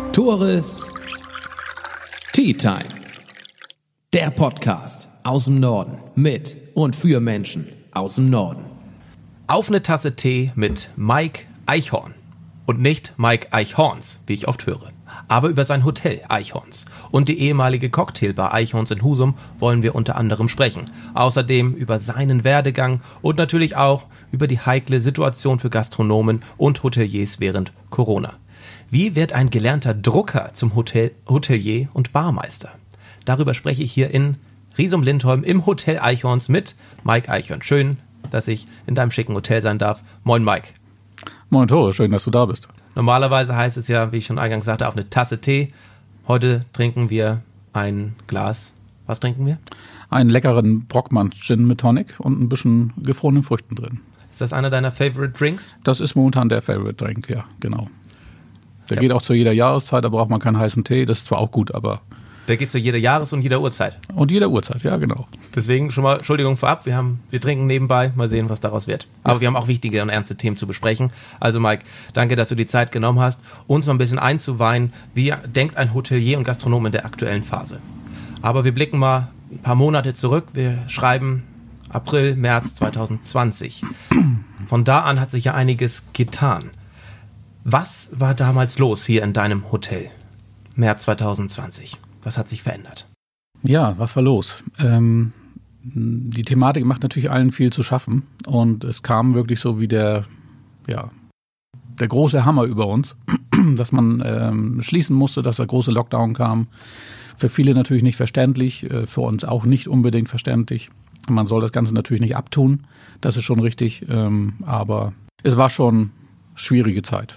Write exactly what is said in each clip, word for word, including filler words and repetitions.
Tores Tea Time. Der Podcast aus dem Norden mit und für Menschen aus dem Norden. Auf eine Tasse Tee mit Mike Eichhorn. Und nicht Mike Eichhorns, wie ich oft höre. Aber über sein Hotel Eichhorns und die ehemalige Cocktailbar Eichhorns in Husum wollen wir unter anderem sprechen. Außerdem über seinen Werdegang und natürlich auch über die heikle Situation für Gastronomen und Hoteliers während Corona. Wie wird ein gelernter Drucker zum Hotel, Hotelier und Barmeister? Darüber spreche ich hier in Riesum-Lindholm im Hotel Eichhorns mit Mike Eichhorn. Schön, dass ich in deinem schicken Hotel sein darf. Moin Mike. Moin Tore, schön, dass du da bist. Normalerweise heißt es ja, wie ich schon eingangs sagte, auf eine Tasse Tee. Heute trinken wir ein Glas. Was trinken wir? Einen leckeren Brockmann Gin mit Tonic und ein bisschen gefrorenen Früchten drin. Ist das einer deiner Favorite Drinks? Das ist momentan der Favorite Drink, ja, genau. Der Ja. geht auch zu jeder Jahreszeit, da braucht man keinen heißen Tee. Das ist zwar auch gut, aber... Der geht zu jeder Jahres- und jeder Uhrzeit. Und jeder Uhrzeit, ja, genau. Deswegen schon mal Entschuldigung vorab, wir haben, wir trinken nebenbei, mal sehen, was daraus wird. Aber wir haben auch wichtige und ernste Themen zu besprechen. Also Mike, danke, dass du die Zeit genommen hast, uns mal ein bisschen einzuweihen, wie denkt ein Hotelier und Gastronom in der aktuellen Phase. Aber wir blicken mal ein paar Monate zurück. Wir schreiben April, März zwanzig zwanzig. Von da an hat sich ja einiges getan. Was war damals los hier in deinem Hotel? März zwanzig zwanzig. Was hat sich verändert? Ja, was war los? Ähm, die Thematik macht natürlich allen viel zu schaffen. Und es kam wirklich so wie der, ja, der große Hammer über uns, dass man ähm, schließen musste, dass der große Lockdown kam. Für viele natürlich nicht verständlich, äh, für uns auch nicht unbedingt verständlich. Man soll das Ganze natürlich nicht abtun, das ist schon richtig. Ähm, aber es war schon schwierige Zeit.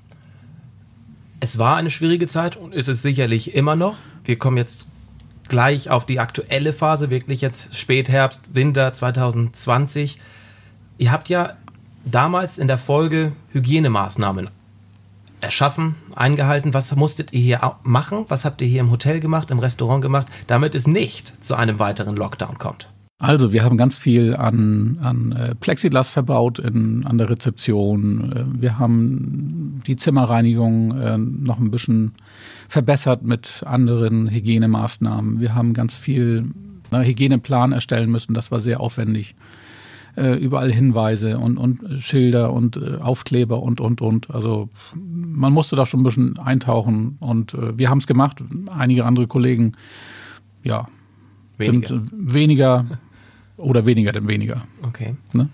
Es war eine schwierige Zeit und ist es sicherlich immer noch. Wir kommen jetzt gleich auf die aktuelle Phase, wirklich jetzt Spätherbst, Winter zwanzig zwanzig. Ihr habt ja damals in der Folge Hygienemaßnahmen erschaffen, eingehalten. Was musstet ihr hier machen? Was habt ihr hier im Hotel gemacht, im Restaurant gemacht, damit es nicht zu einem weiteren Lockdown kommt? Also wir haben ganz viel an, an äh, Plexiglas verbaut in, an der Rezeption. Äh, wir haben die Zimmerreinigung äh, noch ein bisschen verbessert mit anderen Hygienemaßnahmen. Wir haben ganz viel na, Hygieneplan erstellen müssen, das war sehr aufwendig. Äh, überall Hinweise und, und Schilder und äh, Aufkleber und, und, und. Also man musste da schon ein bisschen eintauchen und äh, wir haben es gemacht. Einige andere Kollegen, ja, Weniger. sind weniger oder weniger denn weniger. Okay. Ne?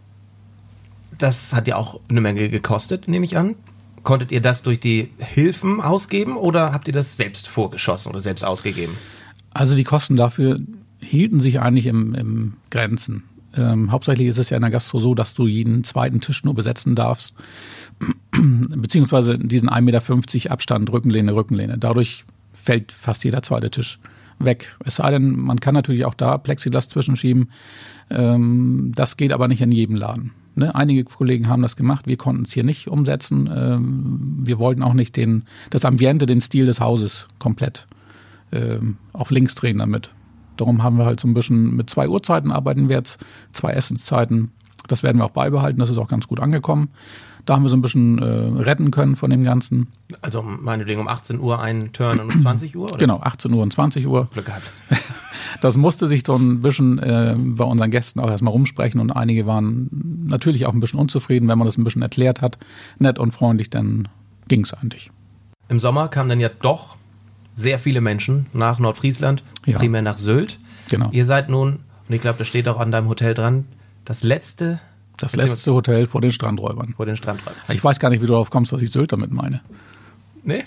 Das hat ja auch eine Menge gekostet, nehme ich an. Konntet ihr das durch die Hilfen ausgeben oder habt ihr das selbst vorgeschossen oder selbst ausgegeben? Also die Kosten dafür hielten sich eigentlich im, im Grenzen. Ähm, hauptsächlich ist es ja in der Gastro so, dass du jeden zweiten Tisch nur besetzen darfst, beziehungsweise diesen ein Meter fünfzig Abstand, Rückenlehne, Rückenlehne. Dadurch fällt fast jeder zweite Tisch weg. Es sei denn, man kann natürlich auch da Plexiglas zwischenschieben. Ähm, das geht aber nicht in jedem Laden. Ne? Einige Kollegen haben das gemacht, wir konnten es hier nicht umsetzen. Ähm, wir wollten auch nicht den, das Ambiente, den Stil des Hauses komplett ähm, auf links drehen damit. Darum haben wir halt so ein bisschen mit zwei Uhrzeiten arbeiten wir jetzt, zwei Essenszeiten. Das werden wir auch beibehalten, das ist auch ganz gut angekommen. Da haben wir so ein bisschen äh, retten können von dem Ganzen. Also meinetwegen um achtzehn Uhr einen Turn und um zwanzig Uhr? Oder? Genau, achtzehn Uhr und zwanzig Uhr. Glück gehabt. Das musste sich so ein bisschen äh, bei unseren Gästen auch erstmal rumsprechen und einige waren natürlich auch ein bisschen unzufrieden, wenn man das ein bisschen erklärt hat. Nett und freundlich, dann ging es eigentlich. Im Sommer kamen dann ja doch sehr viele Menschen nach Nordfriesland, Ja. primär nach Sylt. Genau. Ihr seid nun, und ich glaube, das steht auch an deinem Hotel dran, das letzte Das letzte Hotel vor den Strandräubern. vor den Strandräubern. Ich weiß gar nicht, wie du darauf kommst, dass ich Sylt damit meine. Nee?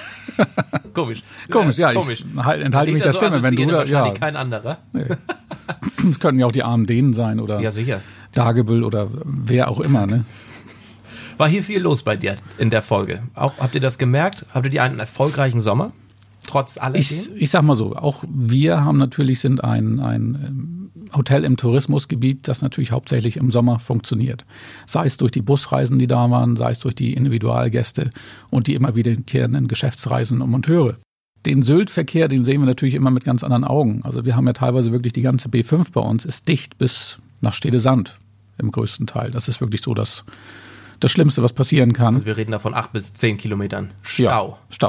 Komisch. Komisch, ja, ich Komisch. halt- enthalte mich der so Stimme, wenn du da- wahrscheinlich ja. kein anderer. Es könnten ja auch die armen Dänen sein oder Ja, sicher. Dagebüll oder wer auch immer. Ne? War hier viel los bei dir in der Folge? Auch, habt ihr das gemerkt? Habt ihr einen erfolgreichen Sommer? Trotz alledem? Ich, ich sag mal so, auch wir haben natürlich sind ein, ein Hotel im Tourismusgebiet, das natürlich hauptsächlich im Sommer funktioniert. Sei es durch die Busreisen, die da waren, sei es durch die Individualgäste und die immer wiederkehrenden Geschäftsreisen und Monteure. Den Sylt-Verkehr, den sehen wir natürlich immer mit ganz anderen Augen. Also wir haben ja teilweise wirklich die ganze B fünf bei uns, ist dicht bis nach Stedesand im größten Teil. Das ist wirklich so das, das Schlimmste, was passieren kann. Also wir reden da von acht bis zehn Kilometern Stau. Ja, Stau.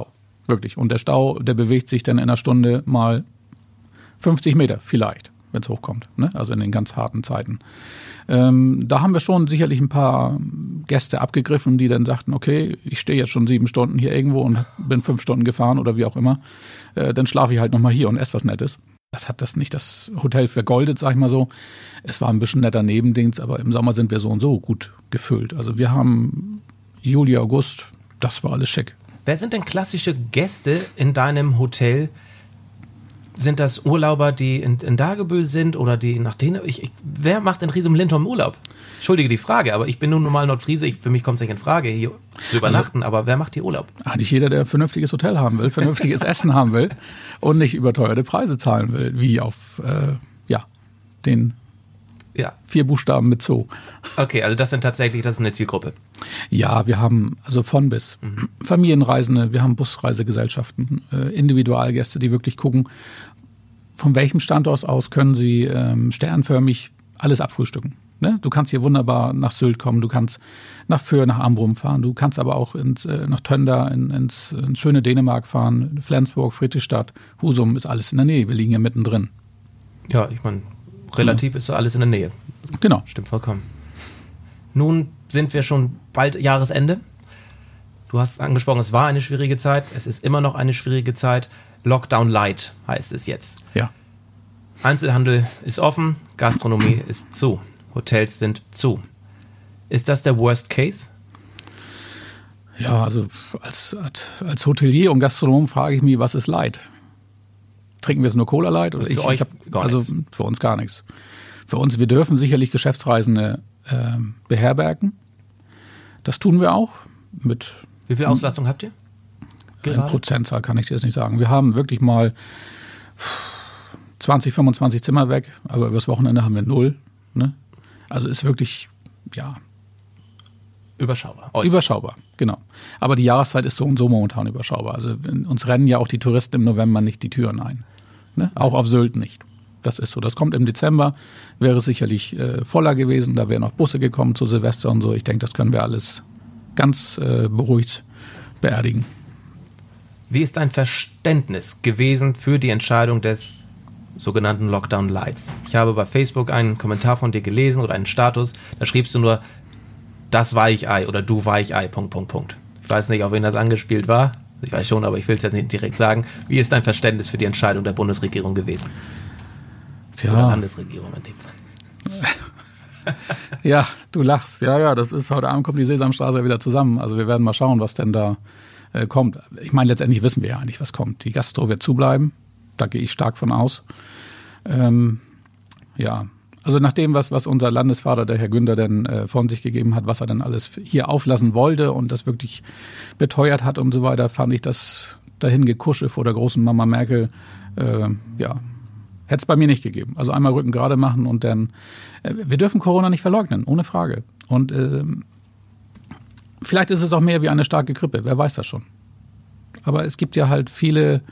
Wirklich. Und der Stau, der bewegt sich dann in einer Stunde mal fünfzig Meter vielleicht, wenn es hochkommt. Ne? Also in den ganz harten Zeiten. Ähm, da haben wir schon sicherlich ein paar Gäste abgegriffen, die dann sagten, okay, ich stehe jetzt schon sieben Stunden hier irgendwo und bin fünf Stunden gefahren oder wie auch immer. Äh, dann schlafe ich halt nochmal hier und esse was Nettes. Das hat das nicht das Hotel vergoldet, sag ich mal so. Es war ein bisschen netter Nebendienst, aber im Sommer sind wir so und so gut gefüllt. Also wir haben Juli, August, das war alles schick. Wer sind denn klassische Gäste in deinem Hotel? Sind das Urlauber, die in, in Dagebüll sind oder die nach denen? Ich, ich, wer macht in Riesum-Lindholm Urlaub? Entschuldige die Frage, aber ich bin nun normal Nordfriese. Ich, für mich kommt es nicht in Frage, hier zu übernachten. Also, aber wer macht hier Urlaub? Eigentlich jeder, der ein vernünftiges Hotel haben will, vernünftiges Essen haben will und nicht überteuerte Preise zahlen will, wie auf äh, ja, den ja. vier Buchstaben mit Zoo. Okay, also das sind tatsächlich, das ist eine Zielgruppe. Ja, wir haben also von bis mhm. Familienreisende, wir haben Busreisegesellschaften, äh, Individualgäste, die wirklich gucken, von welchem Standort aus können sie ähm, sternförmig alles abfrühstücken. Ne? Du kannst hier wunderbar nach Sylt kommen, du kannst nach Föhr, nach Amrum fahren, du kannst aber auch ins, äh, nach Tönder, in, ins, ins schöne Dänemark fahren, Flensburg, Friedrichstadt, Husum, ist alles in der Nähe, wir liegen ja mittendrin. Ja, ich meine, relativ ja. ist so alles in der Nähe. Genau. Stimmt vollkommen. Nun sind wir schon bald Jahresende. Du hast angesprochen, es war eine schwierige Zeit, es ist immer noch eine schwierige Zeit. Lockdown Light heißt es jetzt. Ja. Einzelhandel ist offen, Gastronomie ist zu, Hotels sind zu. Ist das der Worst Case? Ja, also als, als Hotelier und Gastronom frage ich mich, was ist Light? Trinken wir jetzt nur Cola Light? Oder für ich, euch ich hab, gar also nichts. Für uns gar nichts. Für uns, wir dürfen sicherlich Geschäftsreisende äh, beherbergen. Das tun wir auch. Mit Wie viel Auslastung habt ihr? Eine Prozentzahl kann ich dir jetzt nicht sagen. Wir haben wirklich mal zwanzig, fünfundzwanzig Zimmer weg, aber übers Wochenende haben wir null. Ne? Also ist wirklich, ja. Überschaubar. Äußerst. Überschaubar, genau. Aber die Jahreszeit ist so und so momentan überschaubar. Also uns rennen ja auch die Touristen im November nicht die Türen ein. Ne? Auch auf Sylt nicht. Das ist so. Das kommt im Dezember, wäre sicherlich äh, voller gewesen. Da wären auch Busse gekommen zu Silvester und so. Ich denke, das können wir alles ganz äh, beruhigt beerdigen. Wie ist dein Verständnis gewesen für die Entscheidung des sogenannten Lockdown Lights? Ich habe bei Facebook einen Kommentar von dir gelesen oder einen Status, da schriebst du nur, das Weichei oder du Weichei, Punkt, Punkt, Punkt. Ich weiß nicht, auf wen das angespielt war. Ich weiß schon, aber ich will es jetzt nicht direkt sagen. Wie ist dein Verständnis für die Entscheidung der Bundesregierung gewesen? Tja. Oder Landesregierung in dem Fall. Ja, du lachst. Ja, ja, das ist, heute Abend kommt die Sesamstraße wieder zusammen. Also wir werden mal schauen, was denn da äh, kommt. Ich meine, letztendlich wissen wir ja eigentlich, was kommt. Die Gastro wird zubleiben. Da gehe ich stark von aus. Ähm, ja, also nach dem, was, was unser Landesvater, der Herr Günther, denn äh, von sich gegeben hat, was er dann alles hier auflassen wollte und das wirklich beteuert hat und so weiter, fand ich das dahin gekusche vor der großen Mama Merkel, äh, ja, hätte es bei mir nicht gegeben. Also einmal Rücken gerade machen und dann, äh, wir dürfen Corona nicht verleugnen, ohne Frage. Und äh, vielleicht ist es auch mehr wie eine starke Grippe, wer weiß das schon. Aber es gibt ja halt viele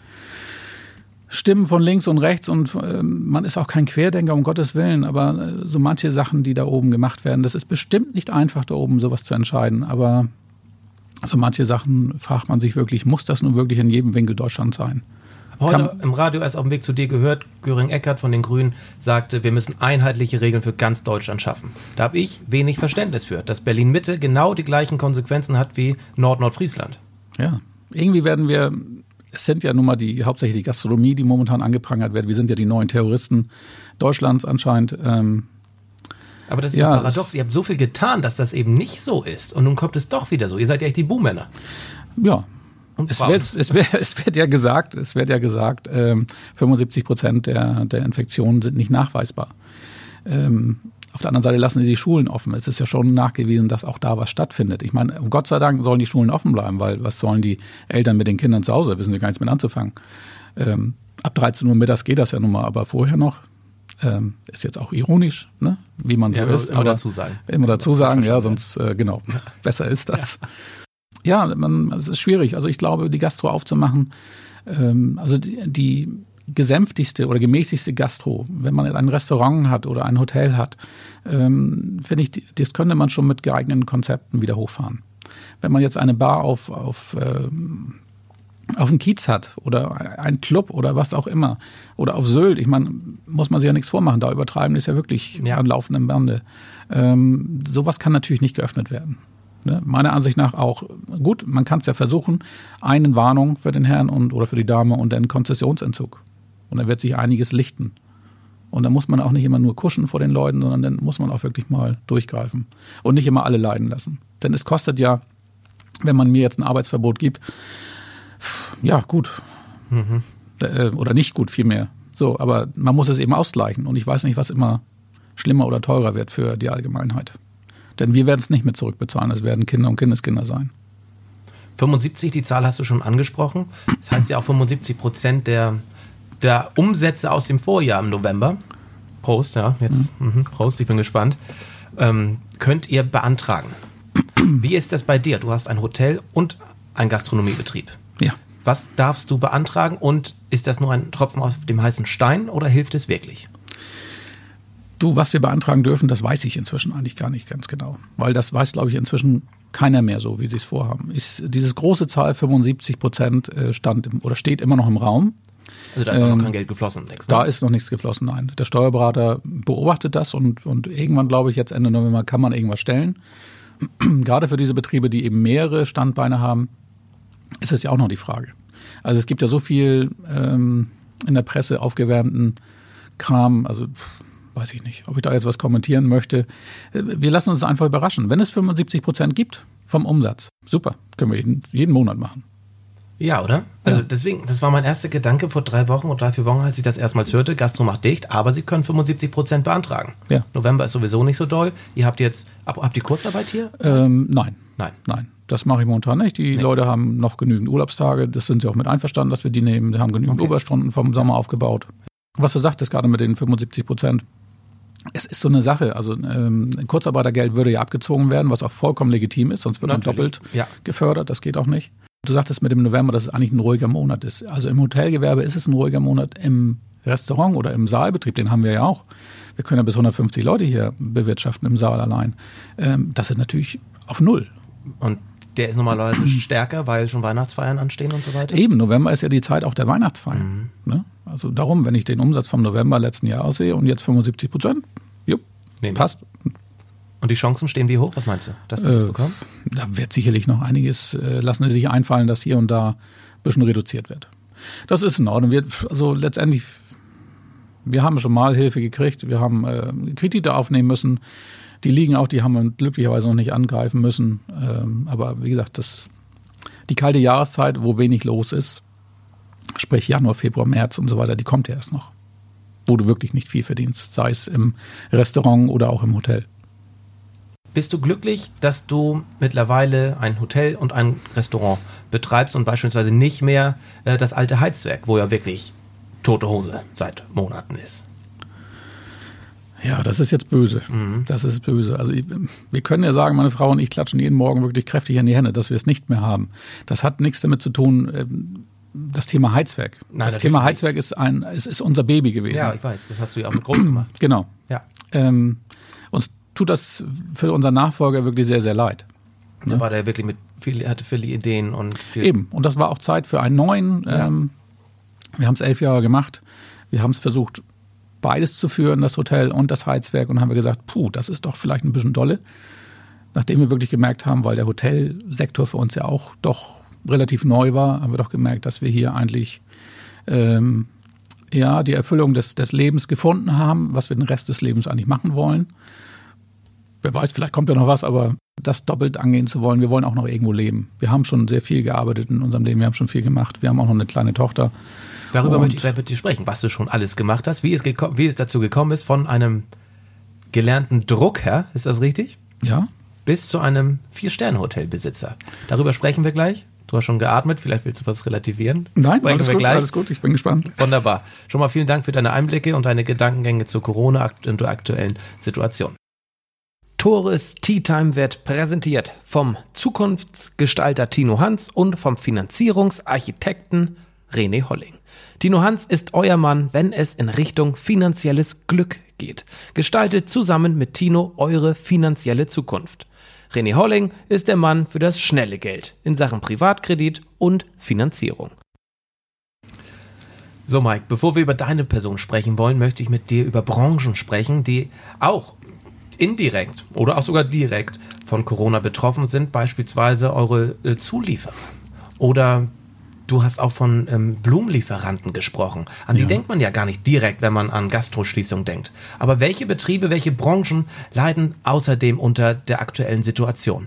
Stimmen von links und rechts und äh, man ist auch kein Querdenker, um Gottes Willen, aber äh, so manche Sachen, die da oben gemacht werden, das ist bestimmt nicht einfach, da oben sowas zu entscheiden, aber so manche Sachen fragt man sich wirklich, muss das nun wirklich in jedem Winkel Deutschland sein? Heute Kann, im Radio erst auf dem Weg zu dir gehört, Göring-Eckardt von den Grünen sagte, wir müssen einheitliche Regeln für ganz Deutschland schaffen. Da habe ich wenig Verständnis für, dass Berlin-Mitte genau die gleichen Konsequenzen hat wie Nord-Nordfriesland. Ja, irgendwie werden wir... Es sind ja nun mal die, hauptsächlich die Gastronomie, die momentan angeprangert wird. Wir sind ja die neuen Terroristen Deutschlands anscheinend. Ähm, Aber das ist ja, so paradox. Ihr habt so viel getan, dass das eben nicht so ist. Und nun kommt es doch wieder so. Ihr seid ja echt die Buhmänner. Ja. Es wird, es, wird, es wird ja gesagt, es wird ja gesagt, ähm, fünfundsiebzig Prozent der, der Infektionen sind nicht nachweisbar. Ähm, Auf der anderen Seite lassen sie die Schulen offen. Es ist ja schon nachgewiesen, dass auch da was stattfindet. Ich meine, Gott sei Dank sollen die Schulen offen bleiben, weil was sollen die Eltern mit den Kindern zu Hause? Wissen sie gar nichts mit anzufangen. Ähm, ab dreizehn Uhr mittags geht das ja nun mal, aber vorher noch. Ähm, ist jetzt auch ironisch, ne? Wie man so ja, ist. Immer aber dazu sagen. Immer dazu sagen, ja, sonst, äh, genau, besser ist das. Ja, ja man, es ist schwierig. Also ich glaube, die Gastro aufzumachen, ähm, also die, die gesänftigste oder gemäßigste Gastro, wenn man ein Restaurant hat oder ein Hotel hat, ähm, finde ich, das könnte man schon mit geeigneten Konzepten wieder hochfahren. Wenn man jetzt eine Bar auf, auf, ähm, auf dem Kiez hat oder ein Club oder was auch immer oder auf Sylt, ich meine, muss man sich ja nichts vormachen, da übertreiben ist ja wirklich ja. an laufendem Bande. Ähm, sowas kann natürlich nicht geöffnet werden. Ne? Meiner Ansicht nach auch gut, man kann es ja versuchen, eine Warnung für den Herrn und, oder für die Dame und dann Konzessionsentzug. Und dann wird sich einiges lichten. Und dann muss man auch nicht immer nur kuschen vor den Leuten, sondern dann muss man auch wirklich mal durchgreifen und nicht immer alle leiden lassen. Denn es kostet ja, wenn man mir jetzt ein Arbeitsverbot gibt, ja gut, mhm. äh, oder nicht gut vielmehr. So, aber man muss es eben ausgleichen und ich weiß nicht, was immer schlimmer oder teurer wird für die Allgemeinheit. Denn wir werden es nicht mit zurückbezahlen, es werden Kinder und Kindeskinder sein. fünfundsiebzig, die Zahl hast du schon angesprochen. Das heißt ja auch fünfundsiebzig Prozent der, der Umsätze aus dem Vorjahr im November. Prost, ja, jetzt, mhm. Mhm, Prost, ich bin gespannt. Ähm, könnt ihr beantragen. Wie ist das bei dir? Du hast ein Hotel und einen Gastronomiebetrieb. Ja. Was darfst du beantragen und ist das nur ein Tropfen auf dem heißen Stein oder hilft es wirklich? Du, was wir beantragen dürfen, das weiß ich inzwischen eigentlich gar nicht ganz genau. Weil das weiß, glaube ich, inzwischen keiner mehr so, wie sie es vorhaben. Ist, diese große Zahl, fünfundsiebzig Prozent, stand im, oder steht immer noch im Raum. Also da ist ähm, auch noch kein Geld geflossen. Nix, ne? Da ist noch nichts geflossen, nein. Der Steuerberater beobachtet das und, und irgendwann, glaube ich, jetzt Ende November kann man irgendwas stellen. Gerade für diese Betriebe, die eben mehrere Standbeine haben, ist es ja auch noch die Frage. Also es gibt ja so viel ähm, in der Presse aufgewärmten Kram, also weiß ich nicht, ob ich da jetzt was kommentieren möchte. Wir lassen uns einfach überraschen. Wenn es fünfundsiebzig Prozent gibt vom Umsatz, super, können wir jeden, jeden Monat machen. Ja, oder? Also ja. deswegen, das war mein erster Gedanke vor drei Wochen oder drei, vier Wochen, als ich das erstmals hörte, Gastro macht dicht, aber sie können fünfundsiebzig Prozent beantragen. Ja. November ist sowieso nicht so doll. Ihr habt jetzt, habt ihr Kurzarbeit hier? Ähm, nein. Nein. Nein. Das mache ich momentan nicht. Die nee. Leute haben noch genügend Urlaubstage. Das sind sie auch mit einverstanden, dass wir die nehmen. Sie haben genügend okay. Überstunden vom Sommer aufgebaut. Was du sagtest gerade mit den fünfundsiebzig Prozent. Es ist so eine Sache. Also ähm, Kurzarbeitergeld würde ja abgezogen werden, was auch vollkommen legitim ist. Sonst wird man doppelt ja. gefördert. Das geht auch nicht. Du sagtest mit dem November, dass es eigentlich ein ruhiger Monat ist. Also im Hotelgewerbe ist es ein ruhiger Monat. Im Restaurant oder im Saalbetrieb, den haben wir ja auch. Wir können ja bis hundertfünfzig Leute hier bewirtschaften im Saal allein. Ähm, das ist natürlich auf Null. Und der ist normalerweise stärker, weil schon Weihnachtsfeiern anstehen und so weiter? Eben, November ist ja die Zeit auch der Weihnachtsfeiern. Mhm. Ne? Also darum, wenn ich den Umsatz vom November letzten Jahres sehe und jetzt fünfundsiebzig Prozent, jupp, Nehmen. passt. Und die Chancen stehen wie hoch? Was meinst du, dass du äh, das bekommst? Da wird sicherlich noch einiges, äh, lassen sie sich einfallen, dass hier und da ein bisschen reduziert wird. Das ist in Ordnung. Wir, also letztendlich, wir haben schon mal Hilfe gekriegt, wir haben äh, Kredite aufnehmen müssen. Die liegen auch, die haben wir glücklicherweise noch nicht angreifen müssen. Ähm, aber wie gesagt, das, die kalte Jahreszeit, wo wenig los ist, sprich Januar, Februar, März und so weiter, die kommt ja erst noch. Wo du wirklich nicht viel verdienst, sei es im Restaurant oder auch im Hotel. Bist du glücklich, dass du mittlerweile ein Hotel und ein Restaurant betreibst und beispielsweise nicht mehr äh, das alte Heizwerk, wo ja wirklich tote Hose seit Monaten ist? Ja, das ist jetzt böse. Mhm. Das ist böse. Also wir können ja sagen, meine Frau und ich klatschen jeden Morgen wirklich kräftig in die Hände, dass wir es nicht mehr haben. Das hat nichts damit zu tun, das Thema Heizwerk. Nein, das Thema Heizwerk ist, ein, ist, ist unser Baby gewesen. Ja, ich weiß. Das hast du ja auch mit groß gemacht. Genau. Ja. Ähm, uns tut das für unseren Nachfolger wirklich sehr, sehr leid. Da ne? war der wirklich mit viel, hatte viele Ideen und viel. Eben. Und das war auch Zeit für einen neuen. Ja. Ähm, wir haben es elf Jahre gemacht. Wir haben es versucht, beides zu führen, das Hotel und das Heizwerk. Und haben wir gesagt, puh, das ist doch vielleicht ein bisschen dolle. Nachdem wir wirklich gemerkt haben, weil der Hotelsektor für uns ja auch doch relativ neu war, haben wir doch gemerkt, dass wir hier eigentlich ähm, ja, die Erfüllung des, des Lebens gefunden haben, was wir den Rest des Lebens eigentlich machen wollen. Wer weiß, vielleicht kommt ja noch was, aber das doppelt angehen zu wollen, wir wollen auch noch irgendwo leben. Wir haben schon sehr viel gearbeitet in unserem Leben, wir haben schon viel gemacht. Wir haben auch noch eine kleine Tochter. Darüber und möchte ich gleich mit dir sprechen, was du schon alles gemacht hast, wie es, geko- wie es dazu gekommen ist, von einem gelernten Drucker, ist das richtig? Ja. Bis zu einem Vier-Sterne-Hotelbesitzer. Darüber sprechen wir gleich. Du hast schon geatmet, vielleicht willst du was relativieren. Nein, sprechen alles wir gut, gleich. alles gut, ich bin gespannt. Wunderbar. Schon mal vielen Dank für deine Einblicke und deine Gedankengänge zur Corona und der aktuellen Situation. Tores Tea Time wird präsentiert vom Zukunftsgestalter Tino Hans und vom Finanzierungsarchitekten René Holling. Tino Hans ist euer Mann, wenn es in Richtung finanzielles Glück geht. Gestaltet zusammen mit Tino eure finanzielle Zukunft. René Holling ist der Mann für das schnelle Geld in Sachen Privatkredit und Finanzierung. So Mike, bevor wir über deine Person sprechen wollen, möchte ich mit dir über Branchen sprechen, die auch indirekt oder auch sogar direkt von Corona betroffen sind, beispielsweise eure äh, Zulieferer. Oder du hast auch von ähm, Blumenlieferanten gesprochen. An die Ja. denkt man ja gar nicht direkt, wenn man an Gastroschließung denkt. Aber welche Betriebe, welche Branchen leiden außerdem unter der aktuellen Situation?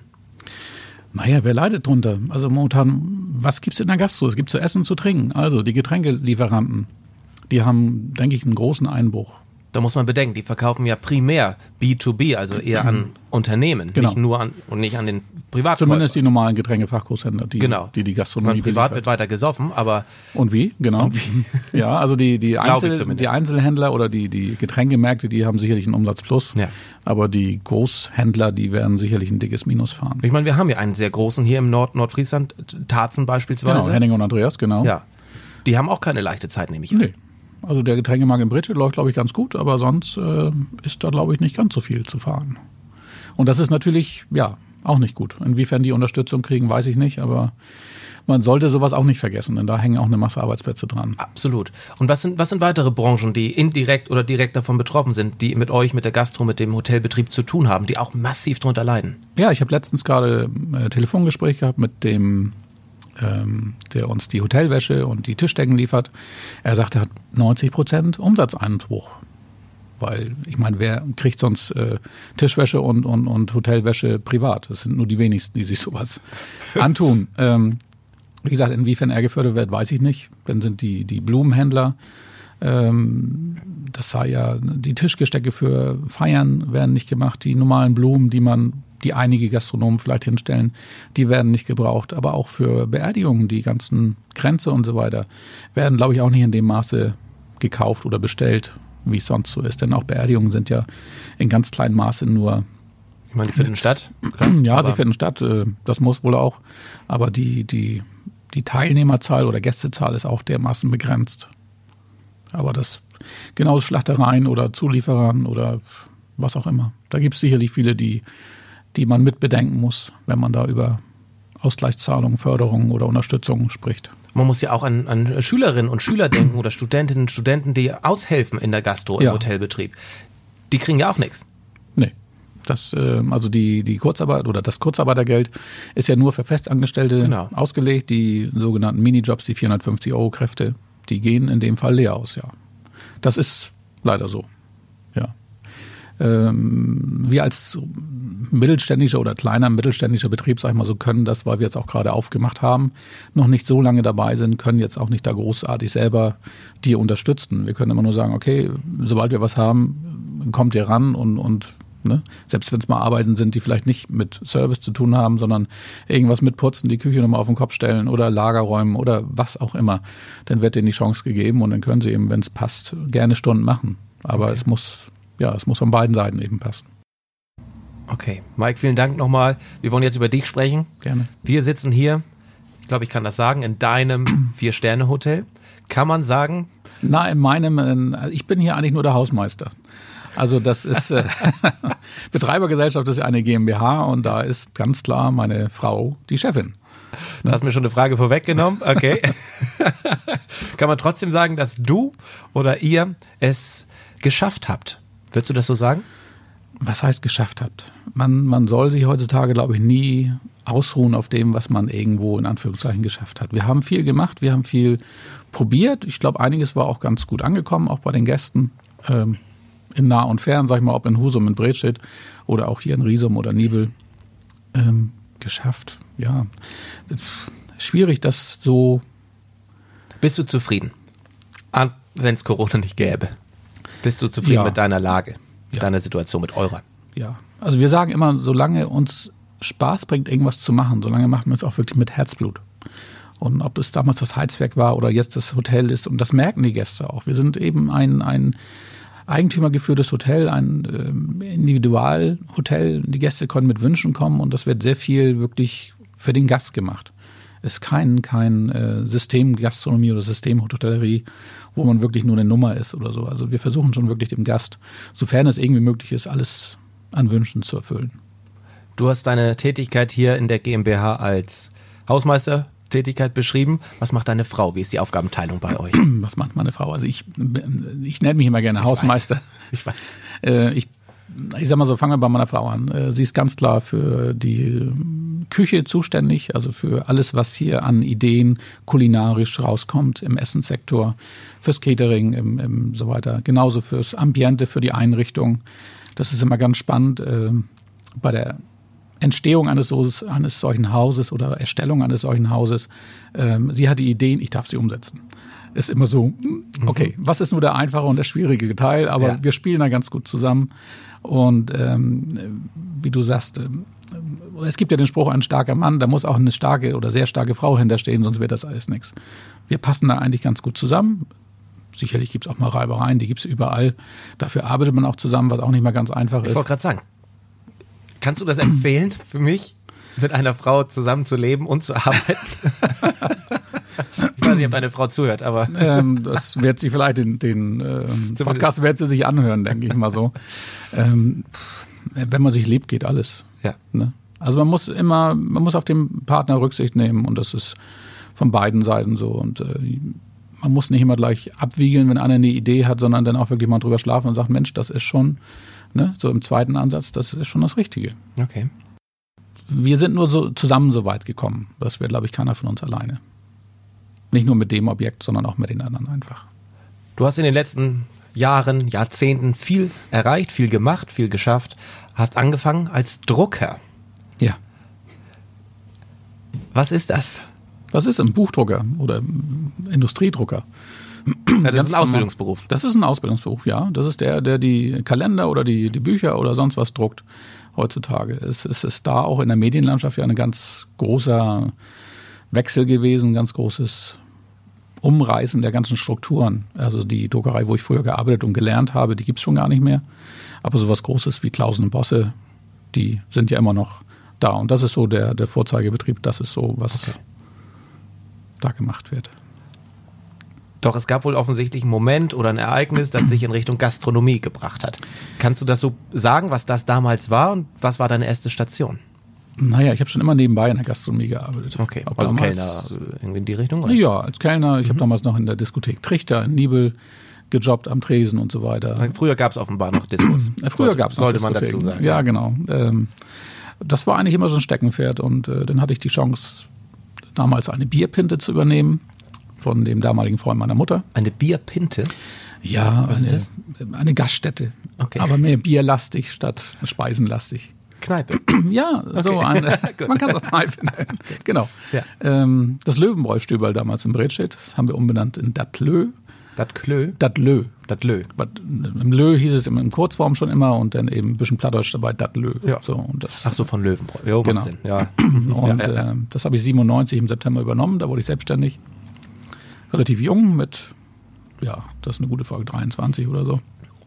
Naja, wer leidet drunter? Also momentan, was gibt's in der Gastro? Es gibt zu essen, zu trinken. Also die Getränkelieferanten, die haben, denke ich, einen großen Einbruch. Da muss man bedenken, die verkaufen ja primär B to B, also eher an Unternehmen, Genau. nicht nur an und nicht an den Privatkäufer. Zumindest die normalen Getränkefachgroßhändler, die Genau. die, die Ich Gastronomie meine, privat beliefert. wird weiter gesoffen, aber Und wie? Genau. Ja, also die, die, Glaube ich Einzel, zumindest. die Einzelhändler oder die, die Getränkemärkte, die haben sicherlich einen Umsatzplus. Ja. Aber die Großhändler, die werden sicherlich ein dickes Minus fahren. ich meine, wir haben ja einen sehr großen hier im Nord Nordfriesland, Tarzen beispielsweise. Genau, Henning und Andreas, genau. Ja, die haben auch keine leichte Zeit, nehme ich an. Nee. Also der Getränkemarkt in Bridget läuft, glaube ich, ganz gut, aber sonst äh, ist da, glaube ich, nicht ganz so viel zu fahren. Und das ist natürlich, ja, auch nicht gut. Inwiefern die Unterstützung kriegen, weiß ich nicht, aber man sollte sowas auch nicht vergessen, denn da hängen auch eine Masse Arbeitsplätze dran. Absolut. Und was sind, was sind weitere Branchen, die indirekt oder direkt davon betroffen sind, die mit euch, mit der Gastro, mit dem Hotelbetrieb zu tun haben, die auch massiv drunter leiden? Ja, ich habe letztens gerade äh, Telefongespräch gehabt mit dem, ähm, der uns die Hotelwäsche und die Tischdecken liefert. Er sagte, er hat neunzig Prozent Umsatzeinbruch. Weil, ich meine, wer kriegt sonst äh, Tischwäsche und, und, und Hotelwäsche privat? Das sind nur die wenigsten, die sich sowas antun. Ähm, wie gesagt, inwiefern er gefördert wird, weiß ich nicht. Dann sind die, die Blumenhändler, ähm, das sei ja, die Tischgestecke für Feiern werden nicht gemacht, die normalen Blumen, die man, die einige Gastronomen vielleicht hinstellen, die werden nicht gebraucht. Aber auch für Beerdigungen, die ganzen Kränze und so weiter, werden, glaube ich, auch nicht in dem Maße gekauft oder bestellt, wie es sonst so ist. Denn auch Beerdigungen sind ja in ganz kleinem Maße nur. Ich meine, die finden statt. Ja, aber- sie finden statt, äh, das muss wohl auch. Aber die, die, die Teilnehmerzahl oder Gästezahl ist auch dermaßen begrenzt. Aber das, genauso Schlachtereien oder Zulieferern oder was auch immer. Da gibt es sicherlich viele, die, die man mitbedenken muss, wenn man da über Ausgleichszahlungen, Förderungen oder Unterstützung spricht. Man muss ja auch an, an Schülerinnen und Schüler denken oder Studentinnen und Studenten, die aushelfen in der Gastro, im Ja. Hotelbetrieb. Die kriegen ja auch nichts. Nee. Das, äh, also die, die Kurzarbeit oder das Kurzarbeitergeld ist ja nur für Festangestellte Genau. ausgelegt. Die sogenannten Minijobs, die vierhundertfünfzig Euro Kräfte, die gehen in dem Fall leer aus, ja. Das ist leider so, ja. Ähm, wir als mittelständischer oder kleiner mittelständischer Betrieb, sag ich mal so, können das, weil wir jetzt auch gerade aufgemacht haben, noch nicht so lange dabei sind, können jetzt auch nicht da großartig selber die unterstützen. Wir können immer nur sagen, okay, sobald wir was haben, kommt ihr ran und, und ne? Selbst wenn es mal Arbeiten sind, die vielleicht nicht mit Service zu tun haben, sondern irgendwas mit Putzen, die Küche nochmal auf den Kopf stellen oder Lagerräumen oder was auch immer, dann wird denen die Chance gegeben und dann können sie eben, wenn es passt, gerne Stunden machen. Aber Okay. es muss, ja, es muss von beiden Seiten eben passen. Okay, Mike, vielen Dank nochmal. Wir wollen jetzt über dich sprechen. Gerne. Wir sitzen hier, ich glaube, ich kann das sagen, in deinem Vier-Sterne-Hotel. Kann man sagen, Na, in meinem, äh, ich bin hier eigentlich nur der Hausmeister. Also das ist, äh, Betreibergesellschaft ist ja eine GmbH und da ist ganz klar meine Frau die Chefin. du hast mir schon eine Frage vorweggenommen, okay. Kann man trotzdem sagen, dass du oder ihr es geschafft habt? Würdest du das so sagen? Was heißt geschafft habt? Man, man soll sich heutzutage, glaube ich, nie ausruhen auf dem, was man irgendwo in Anführungszeichen geschafft hat. Wir haben viel gemacht, wir haben viel probiert. Ich glaube, einiges war auch ganz gut angekommen, auch bei den Gästen. Ähm, in nah und fern, sag ich mal, ob in Husum, in Bredstedt oder auch hier in Riesum oder Nibel. Ähm, geschafft, ja. Schwierig, das so. Bist du zufrieden? Wenn es Corona nicht gäbe. Bist du zufrieden Ja. mit deiner Lage, mit Ja. deiner Situation, mit eurer? Ja, also wir sagen immer, solange uns Spaß bringt, irgendwas zu machen, solange machen wir es auch wirklich mit Herzblut. Und ob es damals das Heizwerk war oder jetzt das Hotel ist, und das merken die Gäste auch. Wir sind eben ein, ein eigentümergeführtes Hotel, ein ähm, Individualhotel. Die Gäste können mit Wünschen kommen und das wird sehr viel wirklich für den Gast gemacht. Es ist kein, kein äh, Systemgastronomie oder Systemhotellerie, wo man wirklich nur eine Nummer ist oder so. Also wir versuchen schon wirklich dem Gast, sofern es irgendwie möglich ist, alles an Wünschen zu erfüllen. Du hast deine Tätigkeit hier in der GmbH als Hausmeistertätigkeit beschrieben. Was macht deine Frau? Wie ist die Aufgabenteilung bei euch? Was macht meine Frau? Also ich, ich nenne mich immer gerne Ich Hausmeister. weiß. Ich weiß. Äh, ich, ich sag mal so, fangen wir bei meiner Frau an. Äh, sie ist ganz klar für die Küche zuständig, also für alles, was hier an Ideen kulinarisch rauskommt im Essenssektor, fürs Catering, im, im so weiter. Genauso fürs Ambiente, für die Einrichtung. Das ist immer ganz spannend. Äh, bei der Entstehung eines, so, eines solchen Hauses oder Erstellung eines solchen Hauses. Ähm, sie hat die Ideen, ich darf sie umsetzen. Ist immer so, okay, was ist nur der einfache und der schwierige Teil, aber Ja. wir spielen da ganz gut zusammen. Und ähm, wie du sagst, ähm, es gibt ja den Spruch, ein starker Mann, da muss auch eine starke oder sehr starke Frau hinterstehen, sonst wird das alles nichts. Wir passen da eigentlich ganz gut zusammen. Sicherlich gibt es auch mal Reibereien, die gibt es überall. Dafür arbeitet man auch zusammen, was auch nicht mal ganz einfach Ich ist. wollte gerade sagen, kannst du das empfehlen für mich, mit einer Frau zusammenzuleben und zu arbeiten? Ich weiß nicht, ob deine Frau zuhört, aber ähm, das wird sie vielleicht den, den ähm, Podcast wird sie sich anhören, denke ich mal so. Ähm, wenn man sich liebt, geht alles. ja. Ne? Also man muss immer, man muss auf den Partner Rücksicht nehmen und das ist von beiden Seiten so. Und äh, man muss nicht immer gleich abwiegeln, wenn einer eine Idee hat, sondern dann auch wirklich mal drüber schlafen und sagt, Mensch, das ist schon, ne, so im zweiten Ansatz, das ist schon das Richtige. Okay. Wir sind nur so zusammen so weit gekommen. Das wäre, glaube ich, keiner von uns alleine. Nicht nur mit dem Objekt, sondern auch mit den anderen einfach. Du hast in den letzten Jahren, Jahrzehnten viel erreicht, viel gemacht, viel geschafft. Hast angefangen als Drucker. Ja. Was ist das? Was ist ein Buchdrucker oder ein Industriedrucker? Ja, das Ganz ist ein Ausbildungsberuf. Das ist ein Ausbildungsberuf, ja. Das ist der, der die Kalender oder die, die Bücher oder sonst was druckt heutzutage. Es, es ist da auch in der Medienlandschaft ja ein ganz großer Wechsel gewesen, ein ganz großes Umreißen der ganzen Strukturen. Also die Druckerei, wo ich früher gearbeitet und gelernt habe, die gibt es schon gar nicht mehr. Aber sowas Großes wie Clausen und Bosse, die sind ja immer noch da. Und das ist so der, der Vorzeigebetrieb, das ist so, was Okay. da gemacht wird. Doch es gab wohl offensichtlich einen Moment oder ein Ereignis, das dich in Richtung Gastronomie gebracht hat. Kannst du das so sagen, was das damals war und was war deine erste Station? Naja, ich habe schon immer nebenbei in der Gastronomie gearbeitet. Okay, Ob also damals- Kellner äh, irgendwie in die Richtung? Oder? Ja, als Kellner. Ich habe damals noch in der Diskothek Trichter in Nibel gejobbt, am Tresen und so weiter. Früher gab es offenbar noch Diskos. Äh, Früher gab es noch Sollte man dazu Diskotheken. sagen. Ja, genau. Ähm, das war eigentlich immer so ein Steckenpferd und äh, dann hatte ich die Chance, damals eine Bierpinte zu übernehmen von dem damaligen Freund meiner Mutter. Eine Bierpinte? Ja, Was ist eine, das? eine Gaststätte, Okay. aber mehr bierlastig statt speisenlastig. Kneipe. Ja, so eine, Gut. man kann es auch Kneipe nennen. Genau. Ja. Ähm, das Löwenbräu-Stüberl damals in Bredstedt, das haben wir umbenannt in Datlö. Dat Klö? Datlö. Dat Lö. Was- Im Lö hieß es im, im Kurzform schon immer und dann eben ein bisschen Plattdeutsch dabei, Datlö. Ja. So, und das, Ach so, von Löwenbräu. Jo, macht Genau. Sinn. Ja. und ja, ja, ja. Äh, das habe ich siebenundneunzig im September übernommen, da wurde ich selbstständig. Relativ jung mit, ja, das ist eine gute Frage, dreiundzwanzig oder so.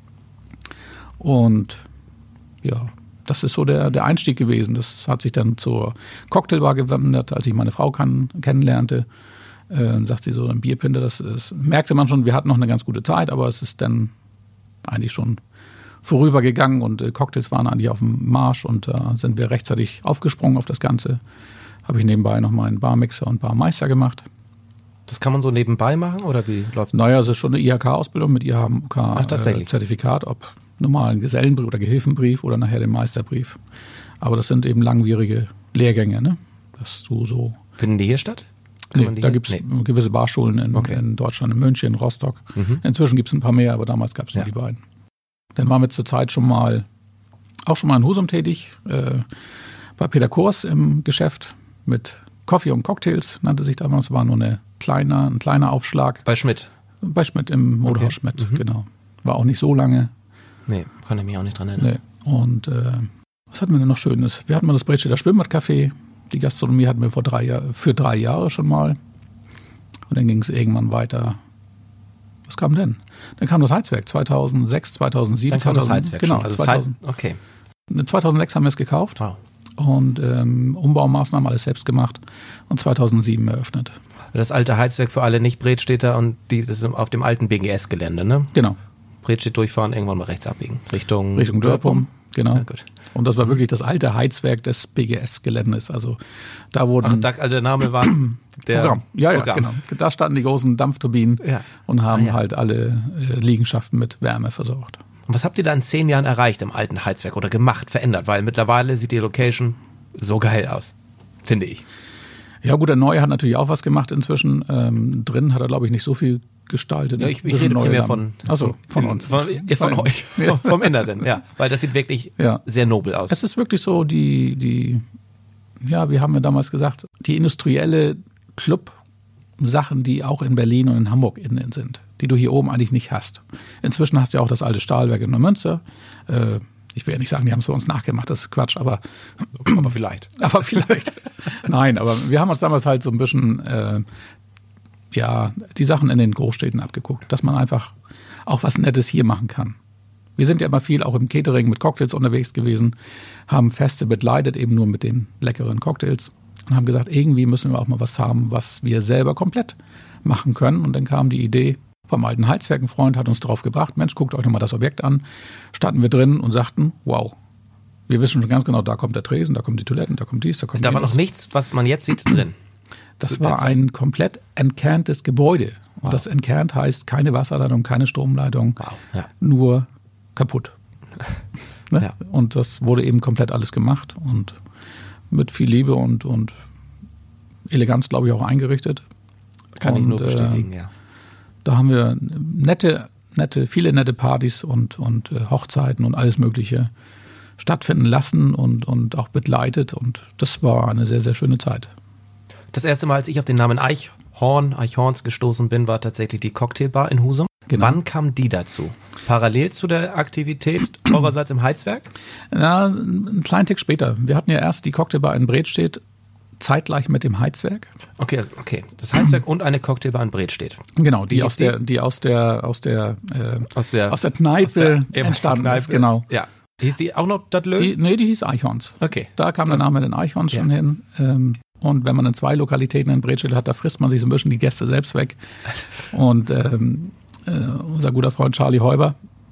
Und ja, das ist so der, der Einstieg gewesen. Das hat sich dann zur Cocktailbar gewandert, als ich meine Frau kann, kennenlernte. Äh, sagt sie so, ein Bierpinte, das, das merkte man schon, wir hatten noch eine ganz gute Zeit, aber es ist dann eigentlich schon vorübergegangen und äh, Cocktails waren eigentlich auf dem Marsch und da äh, sind wir rechtzeitig aufgesprungen auf das Ganze. Habe ich nebenbei noch mal einen Barmixer und Barmeister gemacht. Das kann man so nebenbei machen oder wie läuft das? Naja, es ist schon eine I H K-Ausbildung mit I H tatsächlich. K-Zertifikat, ob normalen Gesellenbrief oder Gehilfenbrief oder nachher den Meisterbrief. Aber das sind eben langwierige Lehrgänge, ne? Dass du so. Finden die hier statt? Kann Nee, man die da hier- gibt es Nee. gewisse Barschulen in, Okay. in Deutschland, in München, in Rostock. Mhm. Inzwischen gibt es ein paar mehr, aber damals gab es nur Ja. die beiden. Dann waren wir zur Zeit schon mal, auch schon mal in Husum tätig, äh, bei Peter Kors im Geschäft mit Coffee und Cocktails, nannte sich damals, war nur eine kleiner, ein kleiner Aufschlag. Bei Schmidt? Bei Schmidt im Modehaus Okay. Schmidt, Mhm. genau. War auch nicht so lange. Nee, kann ich mich auch nicht dran erinnern. Nee. Und äh, was hatten wir denn noch Schönes? Wir hatten mal das Bredstedter Schwimmbadcafé. Die Gastronomie hatten wir vor drei Jahr, für drei Jahre schon mal. Und dann ging es irgendwann weiter. Was kam denn? Dann kam das Heizwerk zweitausendsechs, zweitausendsieben. Dann kam das zweitausend Heizwerk Genau, schon. Also das zweitausend, Heiz- okay. zweitausendsechs haben wir es gekauft Wow. und ähm, Umbaumaßnahmen alles selbst gemacht und zweitausendsieben eröffnet. Das alte Heizwerk für alle Nicht-Bredstädter und die, das ist auf dem alten B G S-Gelände, ne? Genau, Bredstedt durchfahren, irgendwann mal rechts abbiegen. Richtung, Richtung Dörpum. genau. Ja, gut. Und das war wirklich das alte Heizwerk des B G S-Geländes. Also da wurden... Ach, da, also der Name war der Programm. Ja, ja, Programm. genau. Da standen die großen Dampfturbinen Ja. und haben Ah, ja. halt alle äh, Liegenschaften mit Wärme versorgt. Und was habt ihr da in zehn Jahren erreicht im alten Heizwerk oder gemacht, verändert? Weil mittlerweile sieht die Location so geil aus, finde ich. Ja gut, der Neue hat natürlich auch was gemacht inzwischen. Ähm, drin hat er, glaube ich, nicht so viel gestaltet. Ja, ich, ich rede primär von, Achso, von uns. Von, ja, von Weil- euch, Ja. vom, vom Inneren, ja. Weil das sieht wirklich Ja. sehr nobel aus. Es ist wirklich so die, die, ja, wie haben wir damals gesagt, die industrielle Club-Sachen, die auch in Berlin und in Hamburg innen sind, die du hier oben eigentlich nicht hast. Inzwischen hast du ja auch das alte Stahlwerk in Neumünster. Äh, ich will ja nicht sagen, die haben es bei uns nachgemacht, das ist Quatsch, aber, Aber vielleicht. aber vielleicht. Nein, aber wir haben uns damals halt so ein bisschen, äh, ja, die Sachen in den Großstädten abgeguckt, dass man einfach auch was Nettes hier machen kann. Wir sind ja immer viel auch im Catering mit Cocktails unterwegs gewesen, haben Feste begleitet, eben nur mit den leckeren Cocktails und haben gesagt, irgendwie müssen wir auch mal was haben, was wir selber komplett machen können. Und dann kam die Idee vom alten Heizwerk, ein Freund hat uns drauf gebracht, Mensch, guckt euch nochmal das Objekt an. Standen wir drin und sagten, wow, wir wissen schon ganz genau, da kommt der Tresen, da kommen die Toiletten, da kommt dies, da kommt Da war jenes. noch nichts, was man jetzt sieht, drin. Das war ein komplett entkerntes Gebäude. Und Wow. das entkernt heißt keine Wasserleitung, keine Stromleitung, Wow, ja. nur kaputt. Ne? Ja. Und das wurde eben komplett alles gemacht und mit viel Liebe und, und Eleganz, glaube ich, auch eingerichtet. Kann und, ich nur äh, bestätigen, ja. Da haben wir nette, nette, viele nette Partys und, und äh, Hochzeiten und alles Mögliche stattfinden lassen und, und auch begleitet. Und das war eine sehr, sehr schöne Zeit. Das erste Mal, als ich auf den Namen Eichhorn, Eichhorns gestoßen bin, war tatsächlich die Cocktailbar in Husum. Genau. Wann kam die dazu? Parallel zu der Aktivität eurerseits im Heizwerk? Ja, einen kleinen Tick später. Wir hatten ja erst die Cocktailbar in Bredstedt zeitgleich mit dem Heizwerk. Okay, okay. Das Heizwerk und eine Cocktailbar in Bredstedt. Genau, die Wie aus hieß die? der, die aus der, aus der, äh, Aus der, aus der Kneipe aus der- entstanden Kneipe. ist. Genau. Ja. Hieß die auch noch Datlö? Die, nee, die hieß Eichhorns. Okay. Da kam der Name den Eichhorns schon Ja. hin. Ähm, und wenn man in zwei Lokalitäten in Bredstedt hat, da frisst man sich so ein bisschen die Gäste selbst weg. Und ähm, äh, unser guter Freund Charlie Heuber